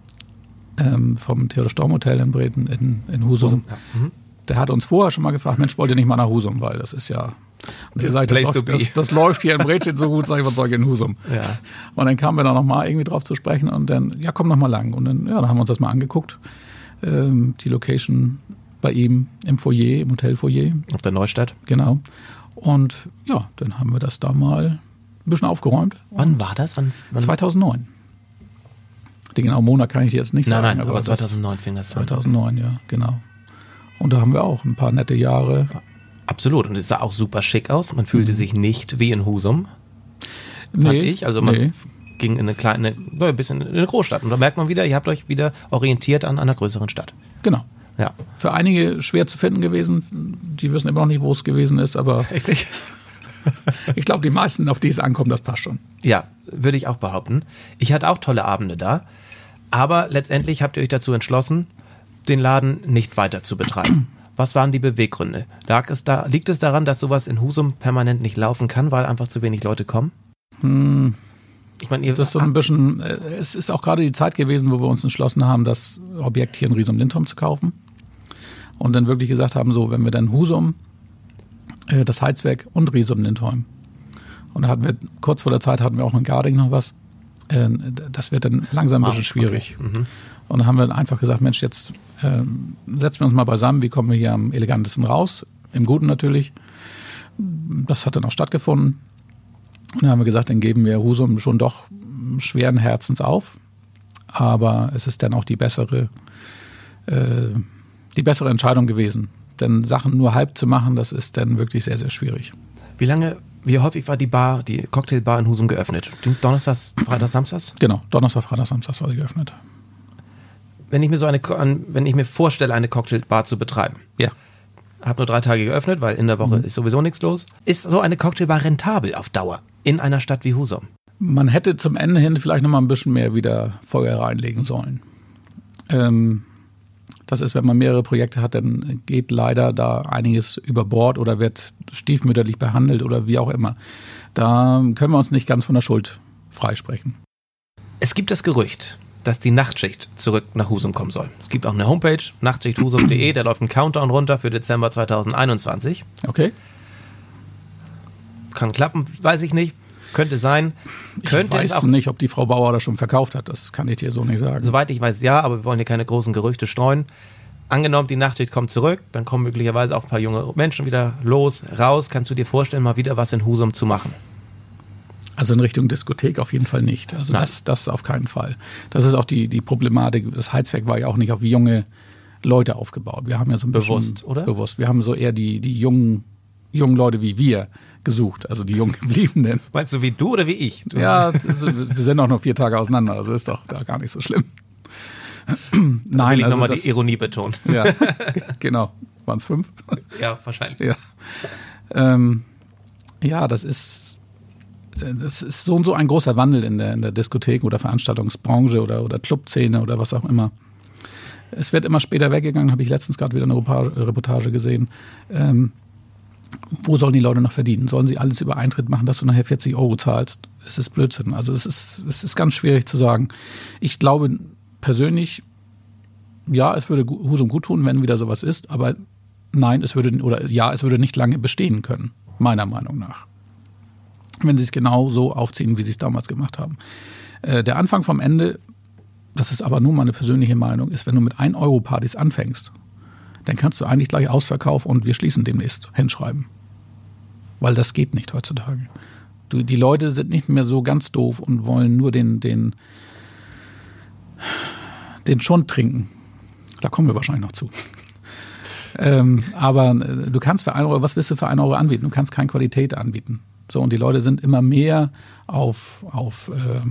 ähm, vom Theodor Storm Hotel in Breden in, in Husum, Ja. Mhm. der hat uns vorher schon mal gefragt, Mensch, wollt ihr nicht mal nach Husum? Weil das ist ja, und er sagt, das, Place to läuft- be. das, das läuft hier in Bredstedt so gut, sag ich, was soll ich in Husum? Ja. Und dann kamen wir da nochmal irgendwie drauf zu sprechen und dann, ja, komm noch mal lang. Und dann, ja, dann haben wir uns das mal angeguckt. Ähm, die Location bei ihm im Foyer, im Hotelfoyer, Auf der Neustadt. genau. Und ja, dann haben wir das da mal ein bisschen aufgeräumt. Wann war das? Wann, wann? zweitausendneun. Den genauen Monat kann ich dir jetzt nicht Nein, sagen. nein, aber das- zweitausendneun fing das an. zweitausendneun, ja, genau. Und da haben wir auch ein paar nette Jahre. Absolut. Und es sah auch super schick aus. Man fühlte Mhm. sich nicht wie in Husum, fand ich. Also man nee. ging in eine kleine, ja, ein bisschen in eine Großstadt. Und da merkt man wieder, ihr habt euch wieder orientiert an einer größeren Stadt. Genau. Ja. Für einige schwer zu finden gewesen. Die wissen immer noch nicht, wo es gewesen ist, aber Wirklich? ich glaube, die meisten, auf die es ankommt, das passt schon. Ja, würde ich auch behaupten. Ich hatte auch tolle Abende da. Aber letztendlich habt ihr euch dazu entschlossen, den Laden nicht weiter zu betreiben. Was waren die Beweggründe? Lag es da, liegt es daran, dass sowas in Husum permanent nicht laufen kann, weil einfach zu wenig Leute kommen? Hm. Ich meine, ihr Das ist so ein bisschen, äh, es ist auch gerade die Zeit gewesen, wo wir uns entschlossen haben, das Objekt hier in Riesum-Lindholm zu kaufen. Und dann wirklich gesagt haben, so, wenn wir dann Husum, äh, das Heizwerk und Riesum-Lindholm. Und da hatten wir, kurz vor der Zeit hatten wir auch in Garding noch was. Äh, das wird dann langsam ein bisschen schwierig. Okay. Mhm. Und dann haben wir einfach gesagt, Mensch, jetzt ähm, setzen wir uns mal beisammen, wie kommen wir hier am elegantesten raus? Im Guten natürlich. Das hat dann auch stattgefunden. Und dann haben wir gesagt, dann geben wir Husum schon doch schweren Herzens auf. Aber es ist dann auch die bessere, äh, die bessere Entscheidung gewesen. Denn Sachen nur halb zu machen, das ist dann wirklich sehr, sehr schwierig. Wie lange, wie häufig war die Bar, die Cocktailbar in Husum geöffnet? Donnerstags, Freitags, Samstags? Genau, Donnerstag, Freitag, Samstag war sie geöffnet. Wenn ich mir so eine, Ko- an- wenn ich mir vorstelle, eine Cocktailbar zu betreiben, Ja. habe nur drei Tage geöffnet, weil in der Woche Mhm. ist sowieso nichts los. Ist so eine Cocktailbar rentabel auf Dauer in einer Stadt wie Husum? Man hätte zum Ende hin vielleicht noch mal ein bisschen mehr wieder Feuer reinlegen sollen. Ähm, das ist, wenn man mehrere Projekte hat, dann geht leider da einiges über Bord oder wird stiefmütterlich behandelt oder wie auch immer. Da können wir uns nicht ganz von der Schuld freisprechen. Es gibt das Gerücht, dass die Nachtschicht zurück nach Husum kommen soll. Es gibt auch eine Homepage, nachtschicht husum punkt de, da läuft ein Countdown runter für Dezember zweitausendeinundzwanzig. Okay. Kann klappen, weiß ich nicht. Könnte sein. Könnte ich weiß es auch nicht, ob die Frau Bauer das schon verkauft hat. Das kann ich dir so nicht sagen. Soweit ich weiß, ja, aber wir wollen hier keine großen Gerüchte streuen. Angenommen, die Nachtschicht kommt zurück, dann kommen möglicherweise auch ein paar junge Menschen wieder los, raus. Kannst du dir vorstellen, mal wieder was in Husum zu machen? Also in Richtung Diskothek auf jeden Fall nicht. Also das, das auf keinen Fall. Das ist auch die, die Problematik. Das Heizwerk war ja auch nicht auf junge Leute aufgebaut. Wir haben ja so ein bisschen bewusst, oder? Bewusst. Wir haben so eher die, die jungen, jungen Leute wie wir gesucht, also die jungen Gebliebenen. Meinst du wie du oder wie ich? Du ja, ist, wir sind auch noch vier Tage auseinander, also ist doch da gar nicht so schlimm. Nein, will ich also nochmal die Ironie betonen. Ja, genau. Waren es fünf? Ja, wahrscheinlich. Ja, ähm, ja das ist das ist so und so ein großer Wandel in der, in der Diskothek- oder Veranstaltungsbranche oder, oder Clubszene oder was auch immer. Es wird immer später weggegangen, habe ich letztens gerade wieder eine Reportage gesehen. Ähm, wo sollen die Leute noch verdienen? Sollen sie alles über Eintritt machen, dass du nachher vierzig Euro zahlst? Es ist Blödsinn. Also es ist, es ist ganz schwierig zu sagen. Ich glaube persönlich, ja, es würde Husum gut tun, wenn wieder sowas ist, aber nein, es würde, oder ja, es würde nicht lange bestehen können, meiner Meinung nach. Wenn sie es genau so aufziehen, wie sie es damals gemacht haben. Äh, der Anfang vom Ende, das ist aber nur meine persönliche Meinung, ist, wenn du mit ein Euro Partys anfängst, dann kannst du eigentlich gleich Ausverkauf und wir schließen demnächst hinschreiben. Weil das geht nicht heutzutage. Du, die Leute sind nicht mehr so ganz doof und wollen nur den, den, den Schund trinken. Da kommen wir wahrscheinlich noch zu. ähm, aber du kannst für ein Euro, was willst du für ein Euro anbieten? Du kannst keine Qualität anbieten. So, und die Leute sind immer mehr auf, auf, äh,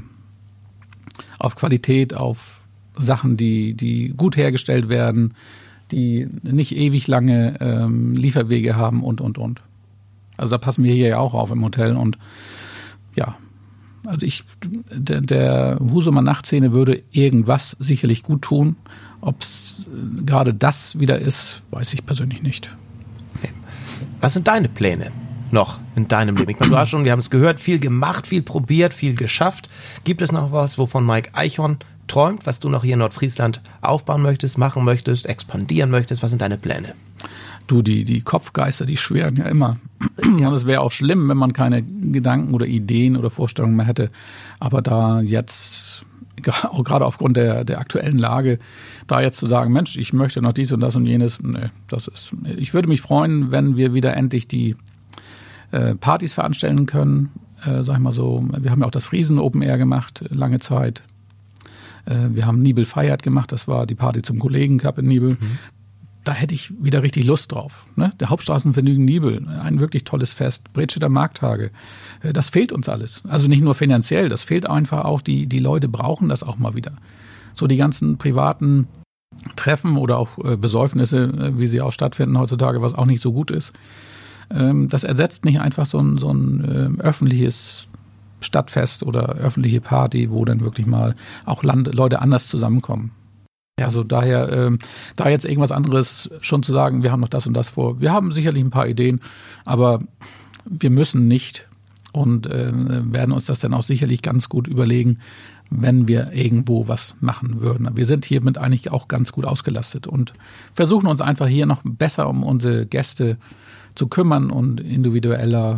auf Qualität, auf Sachen, die, die gut hergestellt werden, die nicht ewig lange ähm, Lieferwege haben und, und, und. Also da passen wir hier ja auch auf im Hotel und ja, also ich, der, der Husumer Nachtszene würde irgendwas sicherlich gut tun. Ob es gerade das wieder ist, weiß ich persönlich nicht. Okay. Was sind deine Pläne noch in deinem Leben? Ich meine, du hast schon, wir haben es gehört, viel gemacht, viel probiert, viel geschafft. Gibt es noch was, wovon Mike Eichhorn träumt, was du noch hier in Nordfriesland aufbauen möchtest, machen möchtest, expandieren möchtest? Was sind deine Pläne? Du, die, die Kopfgeister, die schweren ja immer. Ja. Und es wäre auch schlimm, wenn man keine Gedanken oder Ideen oder Vorstellungen mehr hätte. Aber da jetzt, auch gerade aufgrund der, der aktuellen Lage, da jetzt zu sagen, Mensch, ich möchte noch dies und das und jenes, nee, das ist, ich würde mich freuen, wenn wir wieder endlich die äh, Partys veranstalten können. Äh, sag ich mal so, wir haben ja auch das Friesen Open Air gemacht, lange Zeit. Äh, wir haben Nibel feiert gemacht, das war die Party zum Kollegen Cup in Nibel. Mhm. Da hätte ich wieder richtig Lust drauf. Ne? Der Hauptstraßenvergnügen Nibel, ein wirklich tolles Fest. Bredstädter Markttage, das fehlt uns alles. Also nicht nur finanziell, das fehlt einfach auch, die, die Leute brauchen das auch mal wieder. So die ganzen privaten Treffen oder auch Besäufnisse, wie sie auch stattfinden heutzutage, was auch nicht so gut ist. Das ersetzt nicht einfach so ein, so ein öffentliches Stadtfest oder öffentliche Party, wo dann wirklich mal auch Land, Leute anders zusammenkommen. Ja. Also daher, ähm, da jetzt irgendwas anderes schon zu sagen, wir haben noch das und das vor. Wir haben sicherlich ein paar Ideen, aber wir müssen nicht und äh, werden uns das dann auch sicherlich ganz gut überlegen, wenn wir irgendwo was machen würden. Wir sind hiermit eigentlich auch ganz gut ausgelastet und versuchen uns einfach hier noch besser um unsere Gäste zu kümmern und individueller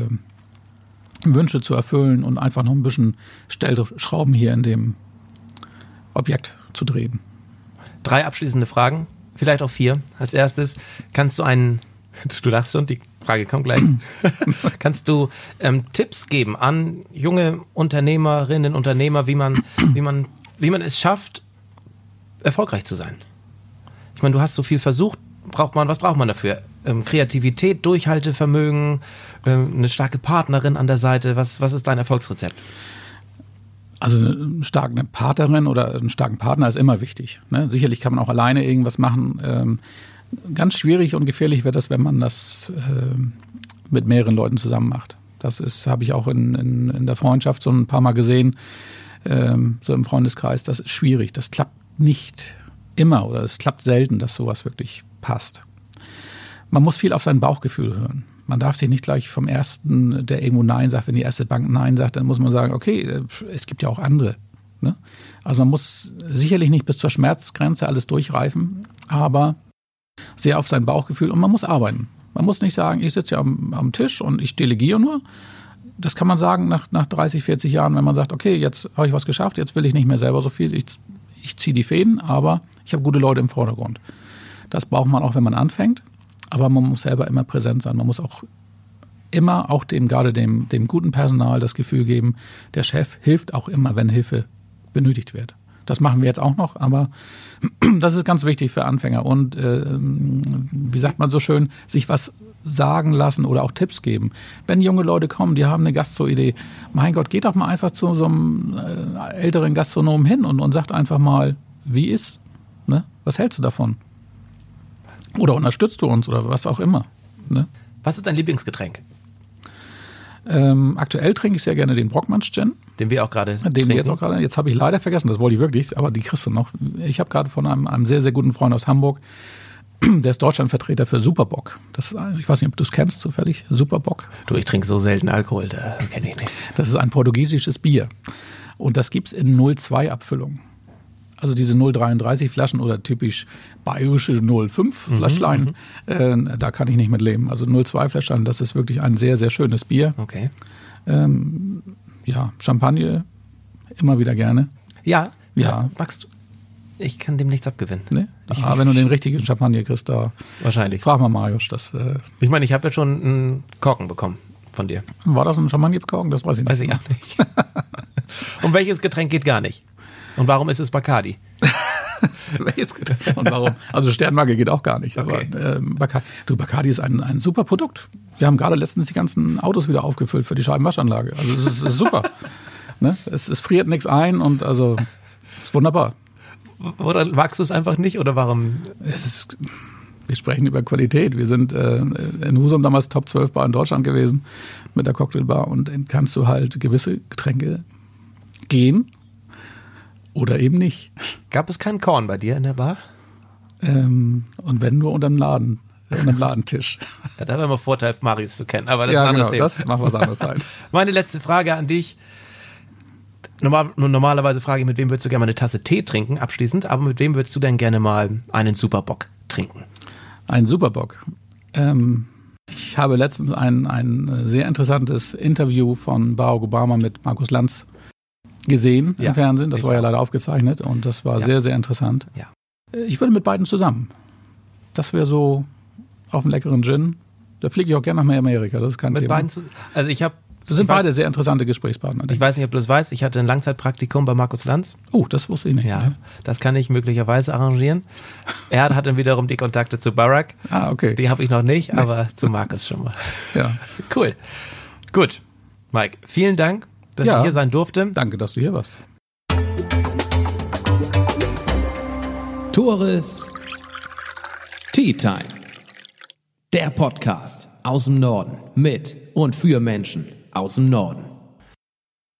äh, Wünsche zu erfüllen und einfach noch ein bisschen Stellschrauben hier in dem Objekt zu drehen. Drei abschließende Fragen, vielleicht auch vier. Als erstes, kannst du einen, du lachst schon, die Frage kommt gleich, kannst du ähm, Tipps geben an junge Unternehmerinnen, Unternehmer, wie man, wie man, wie man es schafft, erfolgreich zu sein? Ich meine, du hast so viel versucht, braucht man, was braucht man dafür? Ähm, Kreativität, Durchhaltevermögen, ähm, eine starke Partnerin an der Seite, was, was ist dein Erfolgsrezept? Also eine starke Partnerin oder einen starken Partner ist immer wichtig. Ne? Sicherlich kann man auch alleine irgendwas machen. Ähm, ganz schwierig und gefährlich wird das, wenn man das äh, mit mehreren Leuten zusammen macht. Das ist, habe ich auch in, in, in der Freundschaft so ein paar Mal gesehen, ähm, so im Freundeskreis. Das ist schwierig. Das klappt nicht immer oder es klappt selten, dass sowas wirklich passt. Man muss viel auf sein Bauchgefühl hören. Man darf sich nicht gleich vom Ersten, der irgendwo Nein sagt, wenn die erste Bank Nein sagt, dann muss man sagen, okay, es gibt ja auch andere. Ne? Also man muss sicherlich nicht bis zur Schmerzgrenze alles durchreifen, aber sehr auf sein Bauchgefühl und man muss arbeiten. Man muss nicht sagen, ich sitze ja am, am Tisch und ich delegiere nur. Das kann man sagen nach, nach dreißig, vierzig Jahren, wenn man sagt, okay, jetzt habe ich was geschafft, jetzt will ich nicht mehr selber so viel, ich, ich ziehe die Fäden, aber ich habe gute Leute im Vordergrund. Das braucht man auch, wenn man anfängt, aber man muss selber immer präsent sein. Man muss auch immer auch dem, gerade dem, dem guten Personal das Gefühl geben, der Chef hilft auch immer, wenn Hilfe benötigt wird. Das machen wir jetzt auch noch, aber das ist ganz wichtig für Anfänger. Und äh, wie sagt man so schön, sich was sagen lassen oder auch Tipps geben. Wenn junge Leute kommen, die haben eine Gastro-Idee, mein Gott, geht doch mal einfach zu so einem äh, älteren Gastronomen hin und, und sagt einfach mal, wie ist, ne? Was hältst du davon? Oder unterstützt du uns oder was auch immer. Ne? Was ist dein Lieblingsgetränk? Ähm, aktuell trinke ich sehr gerne den Brockmanns Gin. Den wir auch gerade Den wir jetzt auch gerade, jetzt habe ich leider vergessen, das wollte ich wirklich, aber die kriegst du noch. Ich habe gerade von einem, einem sehr, sehr guten Freund aus Hamburg, der ist Deutschlandvertreter für Superbock. Das ist, ich weiß nicht, ob du es kennst zufällig, Superbock. Du, ich trinke so selten Alkohol, da kenne ich nicht. Das ist ein portugiesisches Bier. Und das gibt es in null Komma zwei Abfüllung. Also diese null Komma dreiunddreißig Flaschen oder typisch bayerische null Komma fünf Fläschlein, mhm, äh, da kann ich nicht mit leben. Also null Komma zwei Fläschlein, das ist wirklich ein sehr, sehr schönes Bier. Okay. Ähm, ja, Champagner immer wieder gerne. Ja, ja. ja. Magst du? Ich kann dem nichts abgewinnen. Nee? Ah, wenn du den richtigen Champagner kriegst, da wahrscheinlich. Frag mal Marius. Das, äh ich meine, ich habe ja schon einen Korken bekommen von dir. War das ein Champagner-Korken? Das weiß ich nicht. Weiß ich auch nicht. Und welches Getränk geht gar nicht? Und warum ist es Bacardi? Welches Getränk? Und warum? Also Sternmarke geht auch gar nicht. Okay. Aber äh, Bacardi, du, Bacardi ist ein, ein super Produkt. Wir haben gerade letztens die ganzen Autos wieder aufgefüllt für die Scheibenwaschanlage. Also es ist, es ist super. Ne? es, es friert nichts ein und also es ist wunderbar. Oder magst du es einfach nicht oder warum? Es ist, wir sprechen über Qualität. Wir sind äh, in Husum damals Top zwölf Bar in Deutschland gewesen mit der Cocktailbar und dann kannst du halt gewisse Getränke gehen oder eben nicht. Gab es keinen Korn bei dir in der Bar? Ähm, und wenn nur unterm Laden, unterm Ladentisch. Ja, da wäre mal Vorteil, Marius zu kennen, aber das ja, ist ein anderes genau, Thema. das macht was anderes sein. Meine letzte Frage an dich. Normal, normalerweise frage ich, mit wem würdest du gerne mal eine Tasse Tee trinken, abschließend, aber mit wem würdest du denn gerne mal einen Superbock trinken? Ein Superbock. Ähm, ich habe letztens ein, ein sehr interessantes Interview von Barack Obama mit Markus Lanz gesehen ja, im Fernsehen. Das war ja auch. leider aufgezeichnet und das war ja. sehr, sehr interessant. Ja. Ich würde mit beiden zusammen. Das wäre so auf einen leckeren Gin. Da fliege ich auch gerne nach Amerika, das ist kein Mit Thema. beiden zu, also ich habe Das sind ich weiß, beide sehr interessante Gesprächspartner. Ich weiß nicht, ob du das weißt. Ich hatte ein Langzeitpraktikum bei Markus Lanz. Oh, das wusste ich nicht. Ja, Ne? das kann ich möglicherweise arrangieren. Er hat dann wiederum die Kontakte zu Barack. Ah, okay. Die habe ich noch nicht, aber zu Markus schon mal. Ja. Cool. Gut. Mike, vielen Dank, dass Ja. ich hier sein durfte. Danke, dass du hier warst. Tores Tea Time. Der Podcast aus dem Norden mit und für Menschen aus dem Norden.